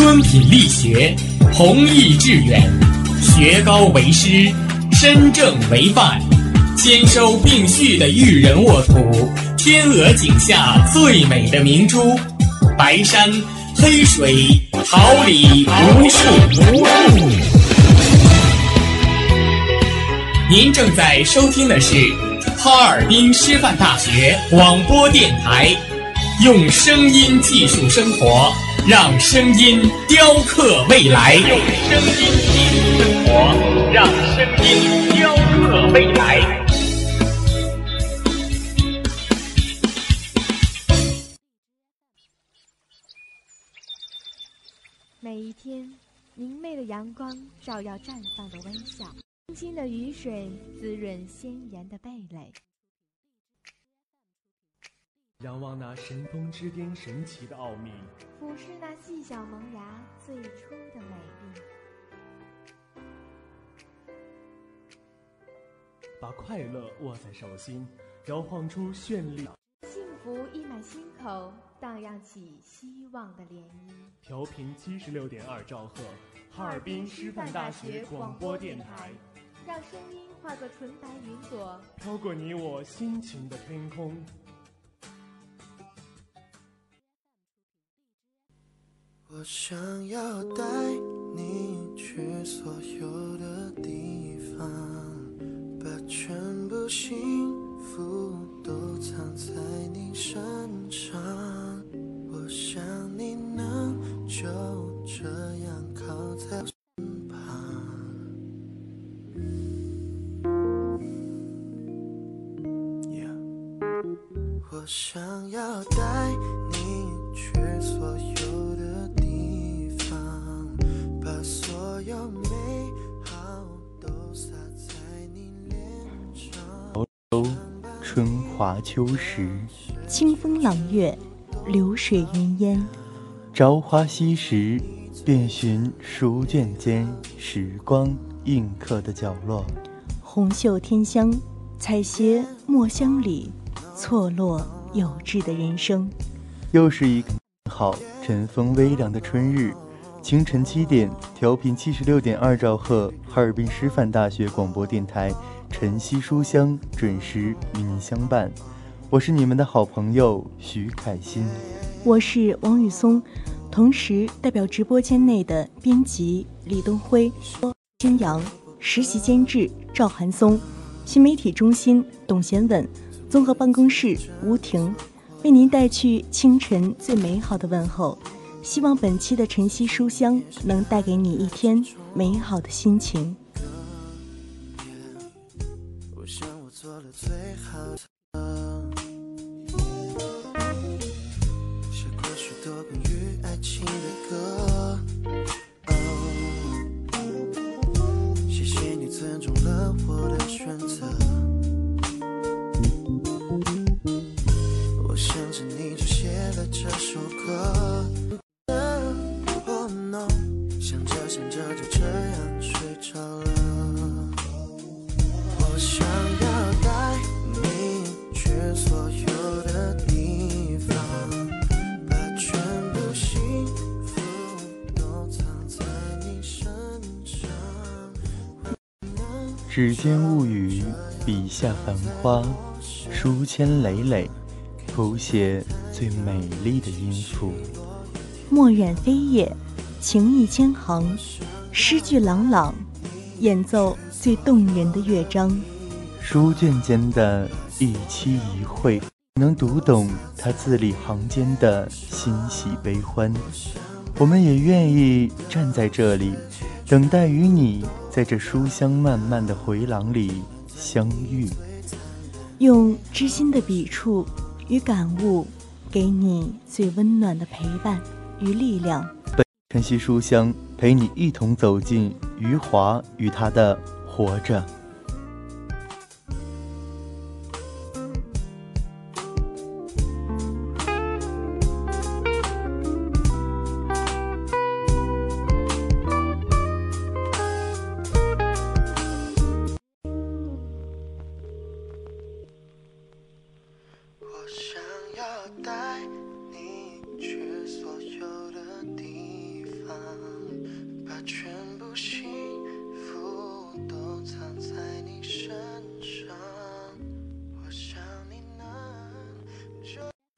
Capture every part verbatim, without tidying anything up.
敦品力学，弘毅致远，学高为师，身正为范，兼收并蓄的育人沃土，天鹅颈下最美的明珠，白山黑水，桃李无数无数。您正在收听的是哈尔滨师范大学广播电台，用声音技术生活，让声音雕刻未来。用声音技术生活，让声音雕刻未来。 每一天，明媚的阳光照耀绽放的微笑，清新的雨水滋润鲜艳的蓓蕾。 仰望那神峰之巅神奇的奥秘， 俯视那细小萌芽最初的美丽。 把快乐握在手心，摇晃出绚丽。 幸福溢满心口，荡漾起希望的涟漪。 调频七十六点二兆赫，哈尔滨师范大学广播电台， 让声音化作纯白云朵， 飘过你我心情的天空。 我想要带你去所有的地方，把全部幸福都藏在你身上。我想你能就这样靠在我身旁。Yeah. 我想要带你去所有的地方，把所有美好都洒在你脸上。 春华秋实， 清风朗月，流水云烟。 朝花夕拾，遍寻书卷间时光印刻的角落。 红袖添香，采撷墨香里错落有致的人生。 又是一个好晨风微凉的春日，清晨七点，调频七十六点二兆赫，哈尔滨师范大学广播电台晨曦书香准时与您相伴。我是你们的好朋友徐凯欣， 我是王宇松，同时代表直播间内的编辑李东辉、金阳，实习监制赵寒松，新媒体中心董贤稳，综合办公室吴婷，为您带去清晨最美好的问候。希望本期的晨曦书香能带给你一天美好的心情。 我想我做了最好的，写过许多关于爱情的歌。哦，谢谢你尊重了我的选择。我想着你就写了这首歌。Oh no， 想着想着就这样睡着了。我想要带你去所有的地方，把全部幸福都藏在你身上。 指尖物语，笔下繁花，书签累累，谱写最美丽的音符。 墨染飞叶，情意千行，诗句朗朗，演奏最动人的乐章。 书卷间的一期一会，能读懂他字里行间的欣喜悲欢。我们也愿意站在这里，等待与你在这书香漫漫的回廊里相遇， 用知心的笔触与感悟，给你最温暖的陪伴与力量。 晨曦书香陪你一同走进余华与他的活着。 我想要带你去所有的地方，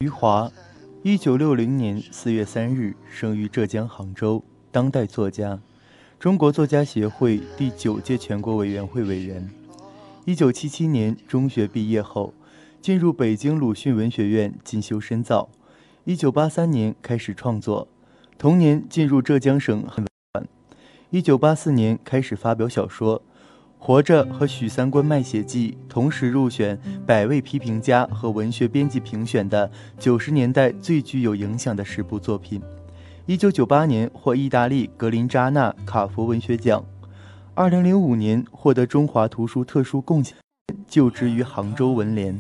余华，一九六零年四月三日生于浙江杭州，当代作家，中国作家协会第九届全国委员会委员。一九七七年中学毕业后，进入北京鲁迅文学院进修深造。一九八三年开始创作，同年进入浙江省文馆。一九八四年开始发表小说，《活着》和《许三观卖血记》同时入选百位批评家和文学编辑评选的九十年代最具有影响的十部作品。一九九八年获意大利格林扎纳卡佛文学奖。二零零五年获得中华图书特殊贡献，就职于杭州文联。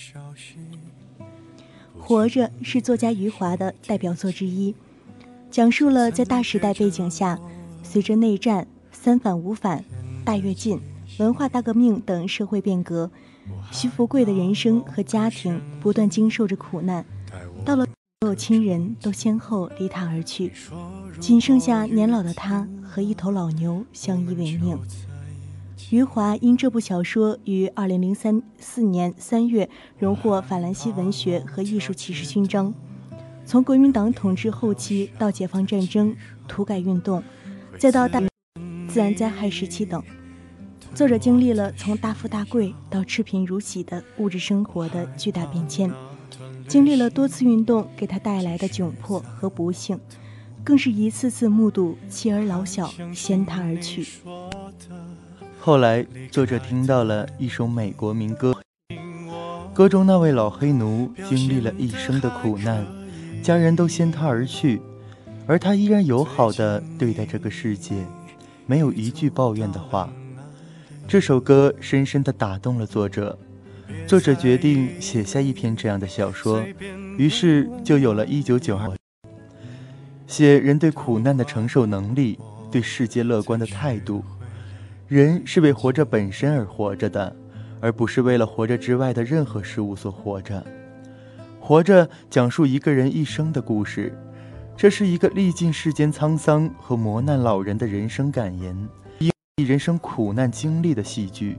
活着是作家余华的代表作之一，讲述了在大时代背景下，随着内战、三反五反、大跃进、文化大革命等社会变革，徐福贵的人生和家庭不断经受着苦难，到了所有亲人都先后离他而去，仅剩下年老的他和一头老牛相依为命。余华因这部小说于二零零四年三月荣获法兰西文学和艺术骑士勋章。从国民党统治后期到解放战争、土改运动，再到大自然灾害时期等，作者经历了从大富大贵到赤贫如洗的物质生活的巨大变迁，经历了多次运动给他带来的窘迫和不幸，更是一次次目睹妻儿老小先他而去。 后来作者听到了一首美国民歌，歌中那位老黑奴经历了一生的苦难，家人都先他而去，而他依然友好地对待这个世界，没有一句抱怨的话。这首歌深深地打动了作者，作者决定写下一篇这样的小说，于是就有了一九九二，写人对苦难的承受能力，对世界乐观的态度。人是为活着本身而活着的，而不是为了活着之外的任何事物所活着。活着讲述一个人一生的故事，这是一个历尽世间沧桑和磨难老人的人生感言，一人生苦难经历的戏剧。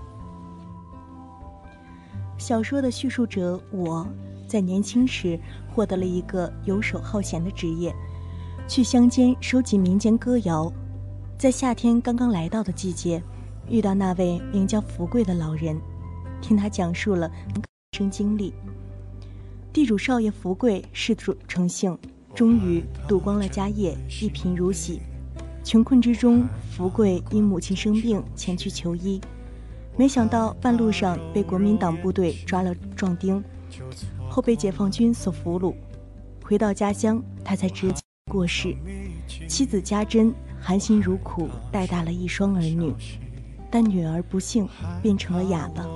小说的叙述者我在年轻时获得了一个游手好闲的职业，去乡间收集民间歌谣。在夏天刚刚来到的季节，遇到那位名叫福贵的老人，听他讲述了人生经历。地主少爷福贵嗜赌成性，终于赌光了家业，一贫如洗。穷困之中，福贵因母亲生病前去求医，没想到半路上被国民党部队抓了壮丁，后被解放军所俘虏。回到家乡，他才知过世，妻子家珍含辛茹苦带大了一双儿女，但女儿不幸变成了哑巴。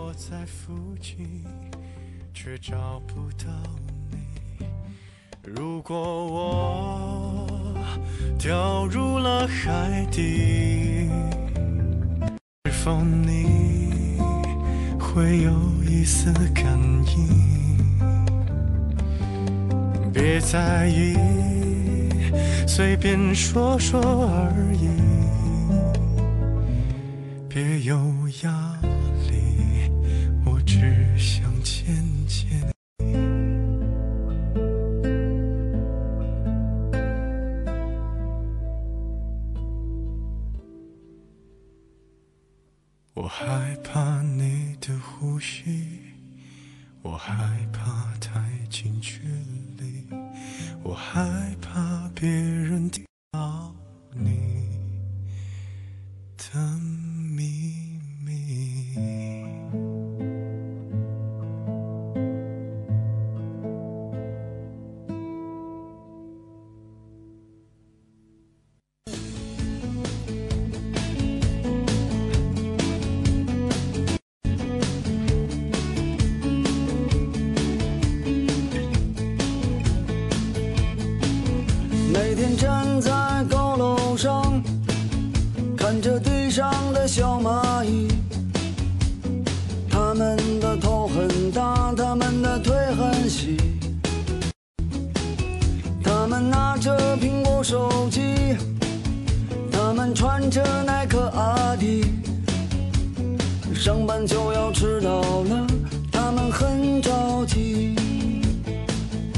却找不到你。如果我掉入了海底，是否你会有一丝感应？别在意，随便说说而已，别有压力，我只想牵牵你。我害怕你的呼吸，我害怕太近距离，我害怕别人听到你的秘密。每天站在高楼上，看着地上的小蚂蚁，它们的头很大，它们的腿很细，它们拿着苹果手机，它们穿着耐克阿迪，上班就要迟到了，它们很着急。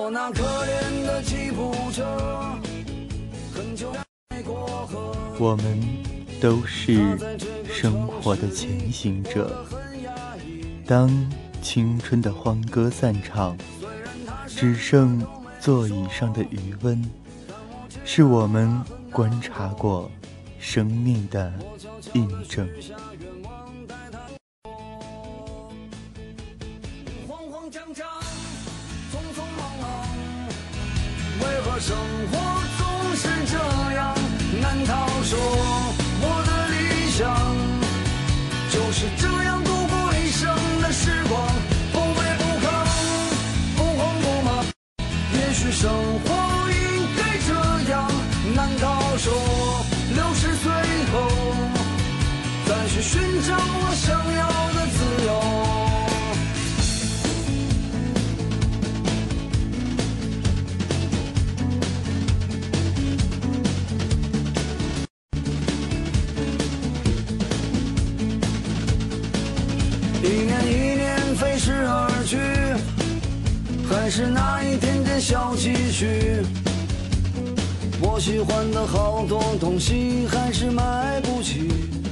我那可怜的吉普车，很久没过河。 我们都是生活的前行者。当青春的欢歌散场，只剩座椅上的余温，是我们观察过生命的印证。 为何生活总是这样？难道说我的理想就是这样度过一生的时光？不卑不亢，不慌不忙。也许生活应该这样。难道说六十岁后再去寻找我想要的自由？一年一年飞逝而去，还是那一点点小积蓄。我喜欢的好多东西还是买不起。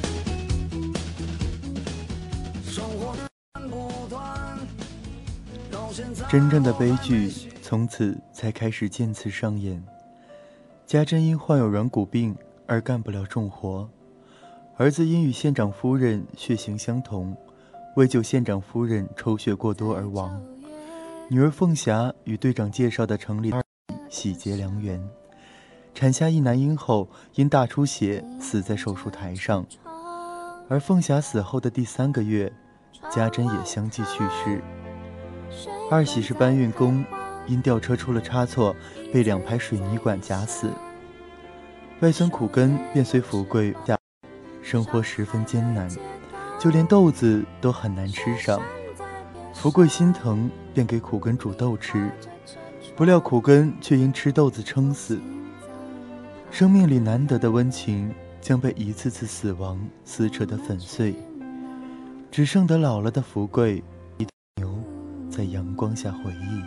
生活的不断，到现在真正的悲剧从此才开始渐次上演。家珍因患有软骨病而干不了重活，儿子因与县长夫人血型相同，为救县长夫人抽血过多而亡。女儿凤霞与队长介绍的城里喜结良缘，产下一男婴后因大出血死在手术台上，而凤霞死后的第三个月，家珍也相继去世。二喜是搬运工，因吊车出了差错，被两排水泥管夹死。外孙苦根便随福贵家，生活十分艰难，就连豆子都很难吃上。福贵心疼，便给苦根煮豆吃，不料苦根却因吃豆子撑死。生命里难得的温情将被一次次死亡撕扯得粉碎，只剩得老了的福贵一头牛在阳光下回忆。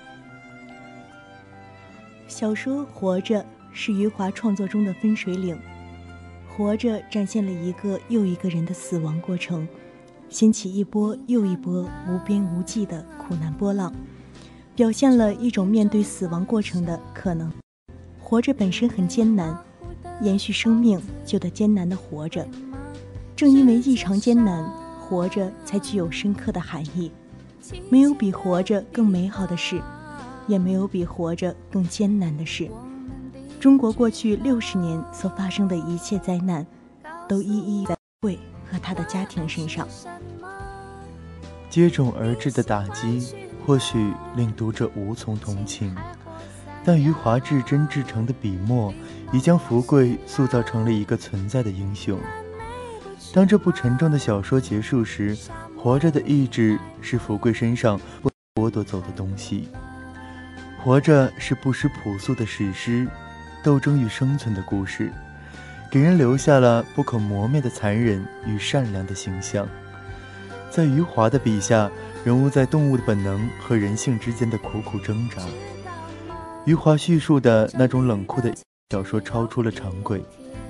小说《活着》是余华创作中的分水岭。活着展现了一个又一个人的死亡过程，掀起一波又一波无边无际的苦难波浪，表现了一种面对死亡过程的可能。活着本身很艰难，延续生命就得艰难地活着。正因为异常艰难，活着才具有深刻的含义。没有比活着更美好的事，也没有比活着更艰难的事。中国过去六十年所发生的一切灾难，都一一在贵和他的家庭身上。 接踵而至的打击，或许令读者无从同情，但余华至真至诚的笔墨，已将福贵塑造成了一个存在的英雄。当这部沉重的小说结束时，活着的意志是福贵身上不剥夺走的东西。活着是不失朴素的史诗，斗争与生存的故事，给人留下了不可磨灭的残忍与善良的形象。在余华的笔下，人物在动物的本能和人性之间的苦苦挣扎。余华叙述的那种冷酷的小说超出了常轨。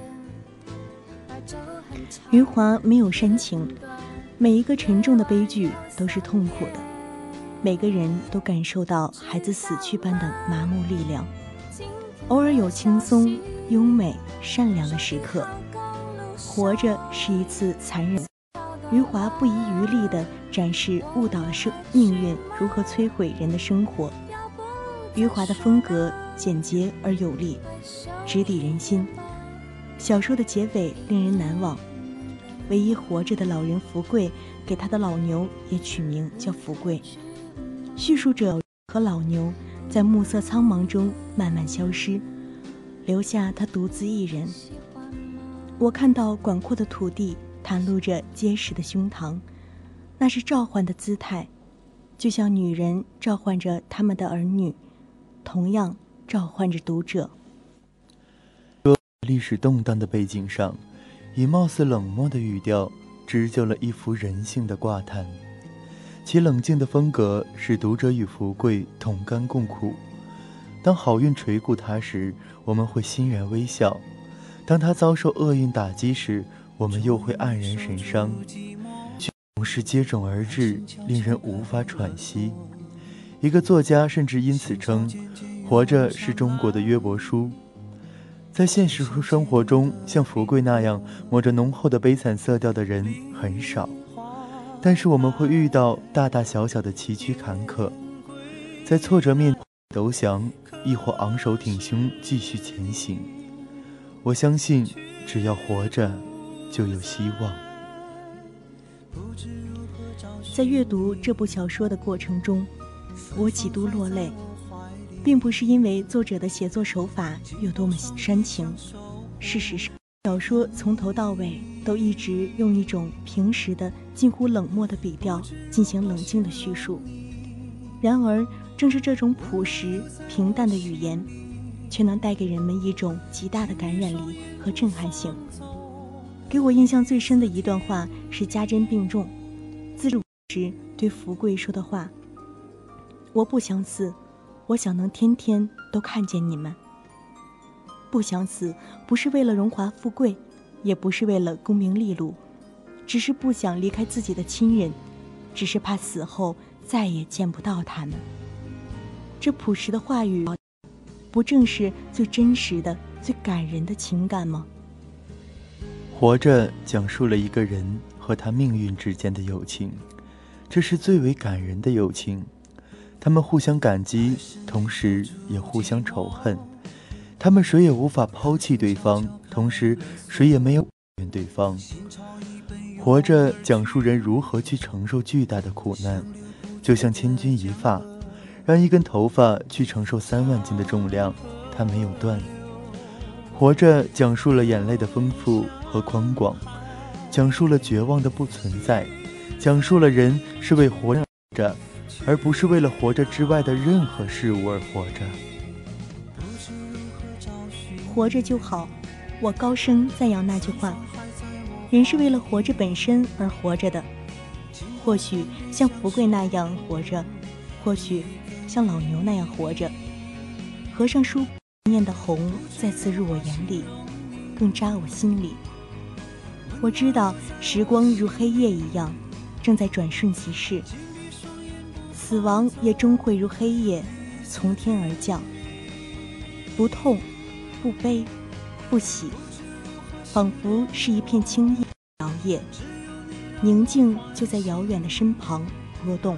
余华没有煽情，每一个沉重的悲剧都是痛苦的，每个人都感受到孩子死去般的麻木力量。偶尔有轻松、优美、善良的时刻。活着是一次残忍，余华不遗余力地展示误导了生命运如何摧毁人的生活。余华的风格简洁而有力，直抵人心。小说的结尾令人难忘，唯一活着的老人福贵，给他的老牛也取名叫福贵。叙述者和老牛在暮色苍茫中慢慢消失，留下他独自一人。我看到广阔的土地袒露着结实的胸膛，那是召唤的姿态，就像女人召唤着他们的儿女，同样召唤着读者。 历史动荡的背景上，以貌似冷漠的语调织就了一幅人性的挂毯，其冷静的风格使读者与福贵同甘共苦， 当好运垂顾他时，我们会欣然微笑；当他遭受厄运打击时，我们又会黯然神伤。总是接踵而至，令人无法喘息。一个作家甚至因此称，活着是中国的约伯书。在现实生活中，像福贵那样抹着浓厚的悲惨色调的人很少，但是我们会遇到大大小小的崎岖坎坷，在挫折面前投降，亦或昂首挺胸继续前行。我相信，只要活着，就有希望。 在阅读这部小说的过程中，我几度落泪，并不是因为作者的写作手法有多么煽情，事实上，小说从头到尾都一直用一种平实的、近乎冷漠的笔调进行冷静的叙述。然而，正是这种朴实平淡的语言，却能带给人们一种极大的感染力和震撼性。给我印象最深的一段话是家珍病重自述时对福贵说的话：我不想死，我想能天天都看见你们。不想死，不是为了荣华富贵，也不是为了功名利禄，只是不想离开自己的亲人，只是怕死后再也见不到他们。这朴实的话语，不正是最真实的、最感人的情感吗？ 活着讲述了一个人和他命运之间的友情，这是最为感人的友情。他们互相感激，同时也互相仇恨。他们谁也无法抛弃对方，同时谁也没有怨对方。活着讲述人如何去承受巨大的苦难，就像千钧一发，让一根头发去承受三万斤的重量，它没有断。活着讲述了眼泪的丰富和宽广，讲述了绝望的不存在，讲述了人是为活着，而不是为了活着之外的任何事物而活着。 活着就好，我高声赞扬那句话。人是为了活着本身而活着的，或许像福贵那样活着，或许像老牛那样活着。合上书念的红再次入我眼里，更扎我心里。我知道时光如黑夜一样，正在转瞬即逝，死亡也终会如黑夜从天而降。不痛，不悲，不喜，仿佛是一片青叶摇曳，宁静就在遥远的身旁波动。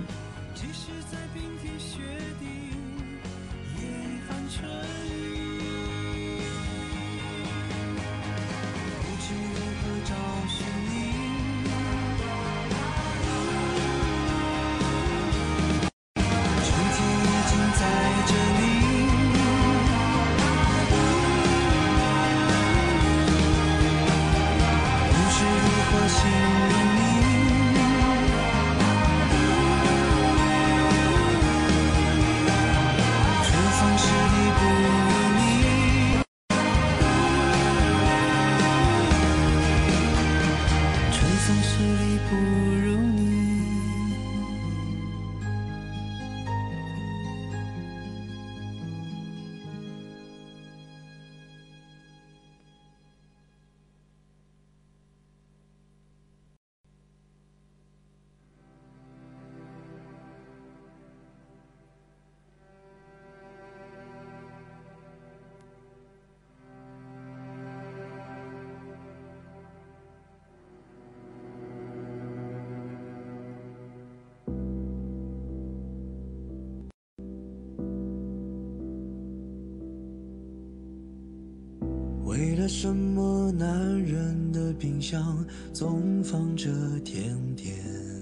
为了什么男人的冰箱总放着甜点？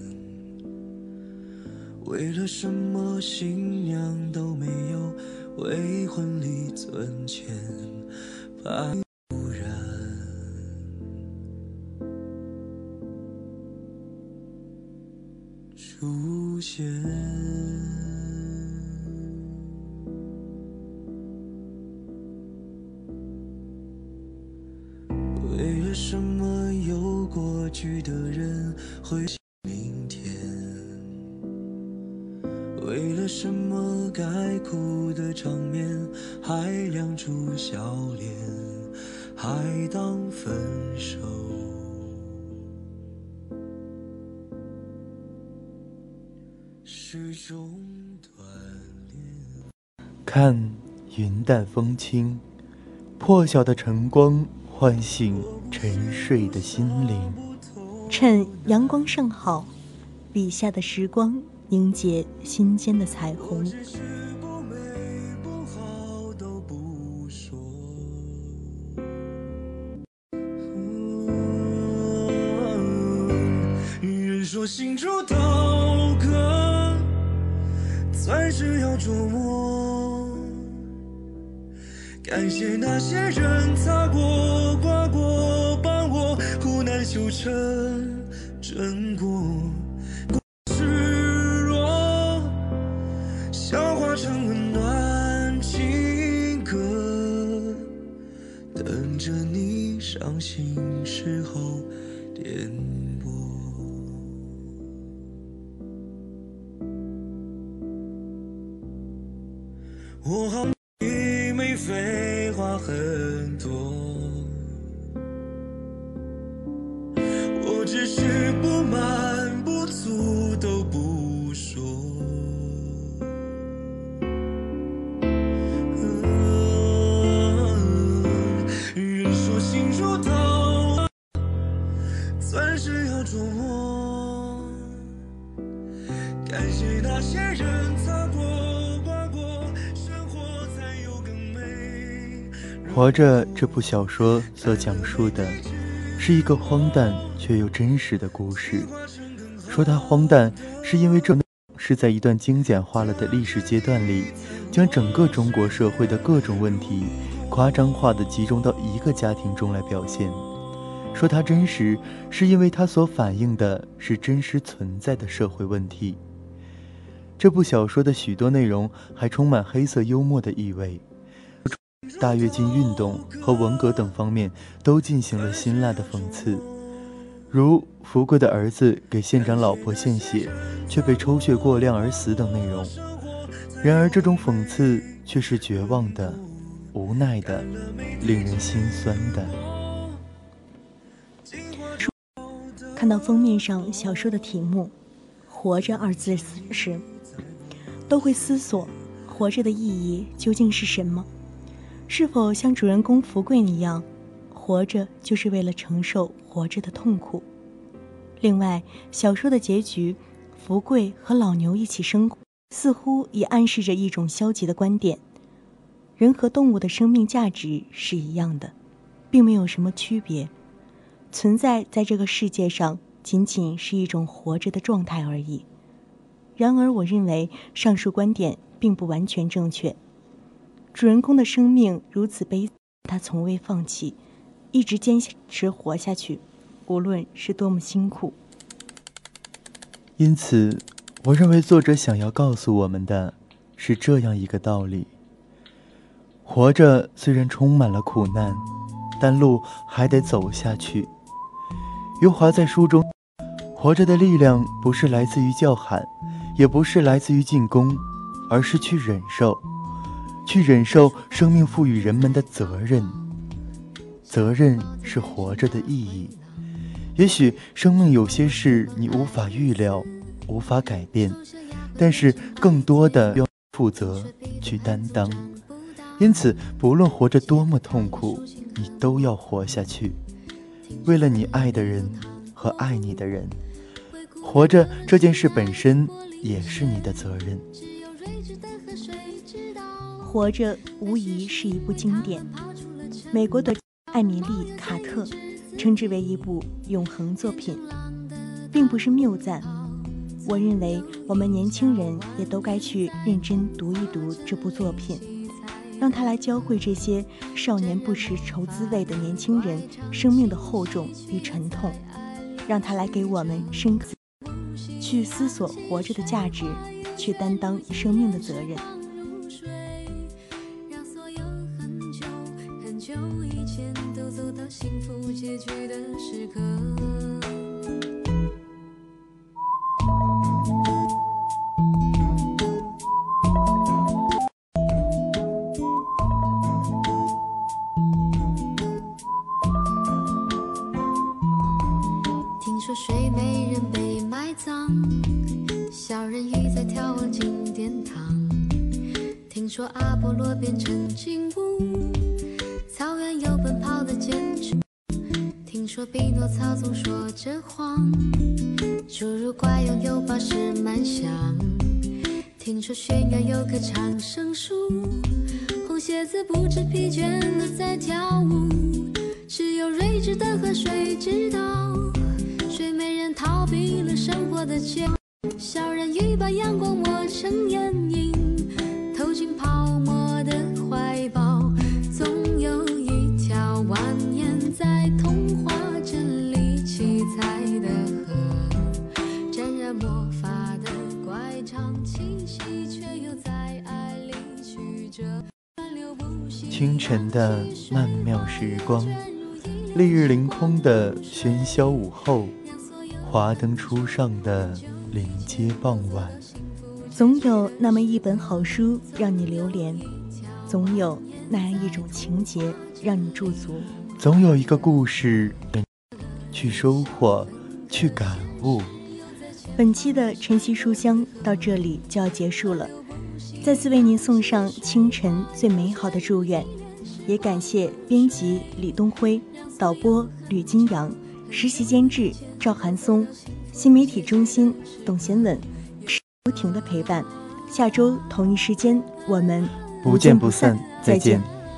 为了什么新娘都没有为婚礼存钱？怕突然出现。为了什么有过去的人会想明天？为了什么该哭的场面还亮出笑脸，还当分手。是种锻炼。 看云淡风轻，破晓的晨光唤醒沉睡的心灵。 趁阳光尚好，笔下的时光凝结心间的彩虹。 人说心中刀割，暂时要琢磨。感谢那些人擦过、刮过、帮我，苦难修成真果。示弱，消化成温暖情歌，等着你伤心时候点播。我好你没废话很多，我只是不满不足都不说。人说心如刀，暂时要琢磨。感谢那些人擦过。 活着这部小说所讲述的是一个荒诞却又真实的故事。说它荒诞，是因为这是在一段精简化了的历史阶段里，将整个中国社会的各种问题夸张化地集中到一个家庭中来表现。说它真实，是因为它所反映的是真实存在的社会问题。这部小说的许多内容还充满黑色幽默的意味，大跃进运动和文革等方面都进行了辛辣的讽刺，如福贵的儿子给县长老婆献血却被抽血过量而死等内容。然而这种讽刺却是绝望的、无奈的、令人心酸的。 看到封面上小说的题目活着二字时，都会思索活着的意义究竟是什么？是否像主人公福贵一样，活着就是为了承受活着的痛苦？另外，小说的结局，福贵和老牛一起生活，似乎也暗示着一种消极的观点：人和动物的生命价值是一样的，并没有什么区别，存在在这个世界上仅仅是一种活着的状态而已。然而，我认为上述观点并不完全正确。主人公的生命如此悲惨，他从未放弃，一直坚持活下去，无论是多么辛苦。 因此，我认为作者想要告诉我们的是这样一个道理：活着虽然充满了苦难，但路还得走下去。余华在书中，活着的力量不是来自于叫喊，也不是来自于进攻，而是去忍受。去忍受生命赋予人们的责任，责任是活着的意义。也许生命有些事你无法预料，无法改变，但是更多的要负责去担当。因此，不论活着多么痛苦，你都要活下去，为了你爱的人和爱你的人。活着这件事本身也是你的责任。 活着无疑是一部经典，美国的艾米丽·卡特称之为一部永恒作品，并不是谬赞。我认为我们年轻人也都该去认真读一读这部作品，让它来教会这些少年不识愁滋味的年轻人生命的厚重与沉痛，让它来给我们深刻去思索活着的价值，去担当生命的责任。 幸福结局的时刻， 说睡美人被埋葬，小人鱼在眺望金殿堂。听说阿波罗变成金乌，草原有奔跑的剑士。听说匹诺曹总说着谎，侏儒怪拥有宝石满箱。听说悬崖有棵长生树，红鞋子不知疲倦地在跳舞。只有睿智的河水知道，睡美人逃避了生活的煎熬。小人鱼把阳光抹成眼影，投进泡沫的怀抱。总有一条蜿蜒在童话镇里七彩的河，沾染魔法的乖张气息，却又在爱里曲折。 清晨的曼妙时光，丽日凌空的喧嚣午后，华灯初上的临街傍晚。 总有那么一本好书让你流连，总有那样一种情节让你驻足， 总有一个故事去收获，去感悟。 本期的晨曦书香到这里就要结束了，再次为您送上清晨最美好的祝愿，也感谢编辑李东辉、导播吕金阳、实习监制赵寒松、新媒体中心董贤稳、不停的陪伴。下周同一时间我们不见不散，再见。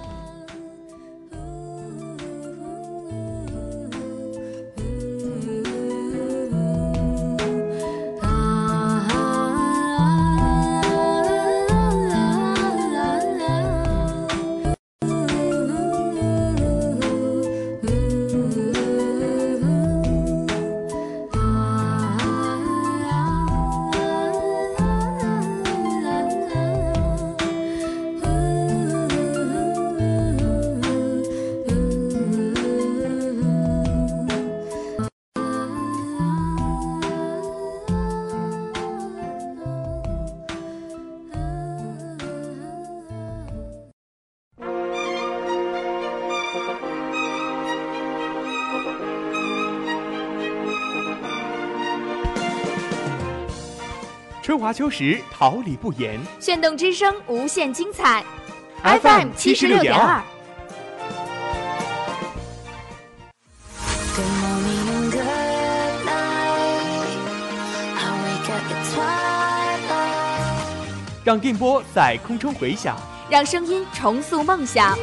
春华秋实，桃李不言。 炫动之声，无限精彩。 F M 七十六点二。让电波在空中回响， 让声音重塑梦想。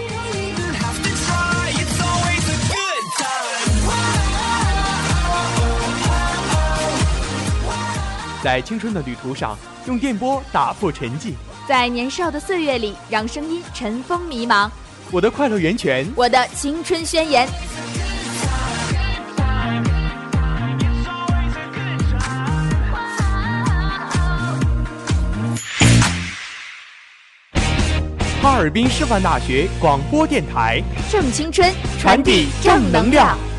在青春的旅途上，用电波打破沉寂； 在年少的岁月里，让声音尘封迷茫。 我的快乐源泉， 我的青春宣言。 哈尔滨师范大学广播电台， 正青春， 传递正能量。